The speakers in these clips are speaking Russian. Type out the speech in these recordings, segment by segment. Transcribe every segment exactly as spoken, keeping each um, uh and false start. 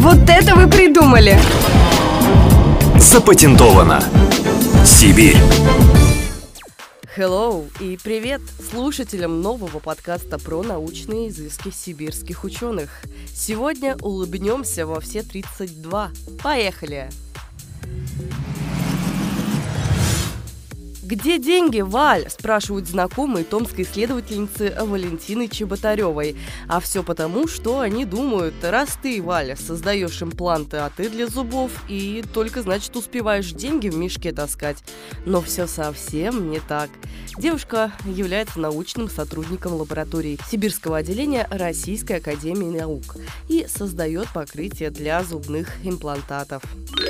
Вот это вы придумали! Запатентовано. Сибирь. Hello и привет слушателям нового подкаста про научные изыски сибирских ученых. Сегодня улыбнемся во все тридцать два. Поехали! «Где деньги, Валь?» – спрашивают знакомые томской исследовательницы Валентины Чеботаревой. А все потому, что они думают: раз ты, Валя, создаешь импланты, а ты для зубов, и только, значит, успеваешь деньги в мешке таскать. Но все совсем не так. Девушка является научным сотрудником лаборатории Сибирского отделения Российской академии наук и создает покрытие для зубных имплантатов.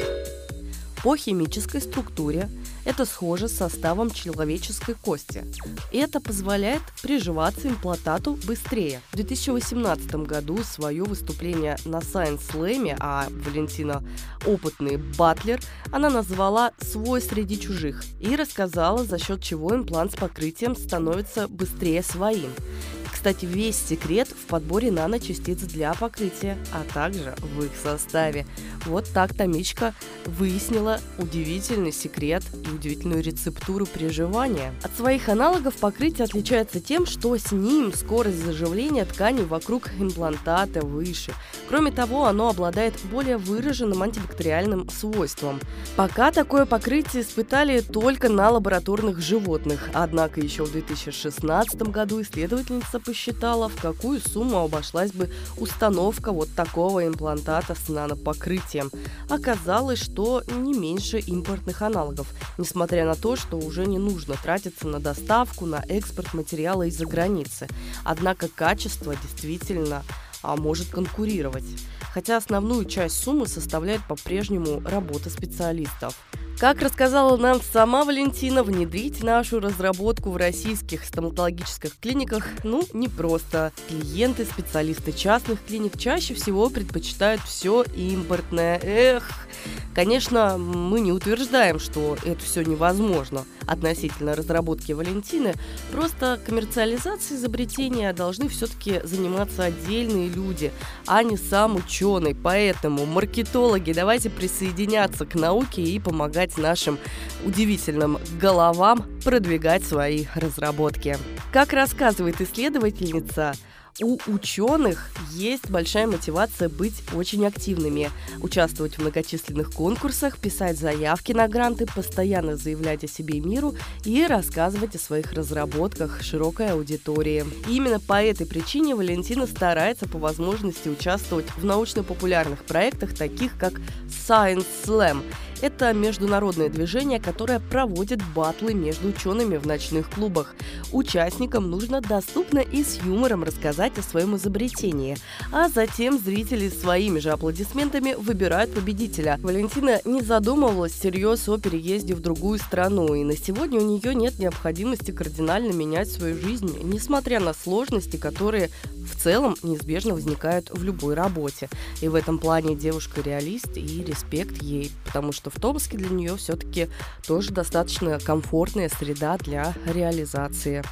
По химической структуре это схоже с составом человеческой кости. И это позволяет приживаться имплантату быстрее. В две тысячи восемнадцатом году свое выступление на Science Slam, а Валентина опытный батлер, она назвала «свой среди чужих» и рассказала, за счет чего имплант с покрытием становится быстрее своим. Кстати, весь секрет в подборе наночастиц для покрытия, а также в их составе. Вот так Томичка выяснила удивительный секрет и удивительную рецептуру приживания. От своих аналогов покрытие отличается тем, что с ним скорость заживления тканей вокруг имплантата выше. Кроме того, оно обладает более выраженным антибактериальным свойством. Пока такое покрытие испытали только на лабораторных животных, однако еще в две тысячи шестнадцатом году исследовательница посчитала, в какую сумму обошлась бы установка вот такого имплантата с нанопокрытием. Оказалось, что не меньше импортных аналогов, несмотря на то, что уже не нужно тратиться на доставку, на экспорт материала из-за границы. Однако качество действительно а, может конкурировать. Хотя основную часть суммы составляет по-прежнему работа специалистов. Как рассказала нам сама Валентина, внедрить нашу разработку в российских стоматологических клиниках, ну, непросто. Клиенты, специалисты частных клиник чаще всего предпочитают все импортное. Эх, конечно, мы не утверждаем, что это все невозможно относительно разработки Валентины, просто коммерциализацией изобретения должны все-таки заниматься отдельные люди, а не сам ученый. Поэтому, маркетологи, давайте присоединяться к науке и помогать нашим удивительным головам продвигать свои разработки. Как рассказывает исследовательница, у ученых есть большая мотивация быть очень активными, участвовать в многочисленных конкурсах, писать заявки на гранты, постоянно заявлять о себе миру и рассказывать о своих разработках широкой аудитории. И именно по этой причине Валентина старается по возможности участвовать в научно-популярных проектах, таких как Science Slam. Это международное движение, которое проводит баттлы между учеными в ночных клубах. Участникам нужно доступно и с юмором рассказать о своем изобретении, а затем зрители своими же аплодисментами выбирают победителя. Валентина не задумывалась всерьез о переезде в другую страну, и на сегодня у нее нет необходимости кардинально менять свою жизнь, несмотря на сложности, которые в целом неизбежно возникают в любой работе. И в этом плане девушка реалист, и респект ей, потому что в Томске для нее все-таки тоже достаточно комфортная среда для реализации.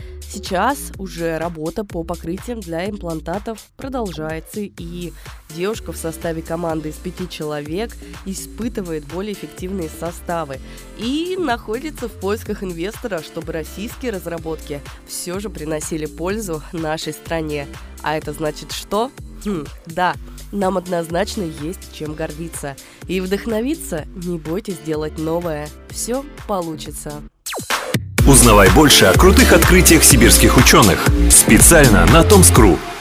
Сейчас уже работа по покрытиям для имплантатов продолжается, и девушка в составе команды из пяти человек испытывает более эффективные составы и находится в поисках инвестора, чтобы российские разработки все же приносили пользу нашей стране. А это значит что? Хм, да, нам однозначно есть чем гордиться. И вдохновиться не бойтесь делать новое. Все получится. Узнавай больше о крутых открытиях сибирских ученых специально на Томск точка ру.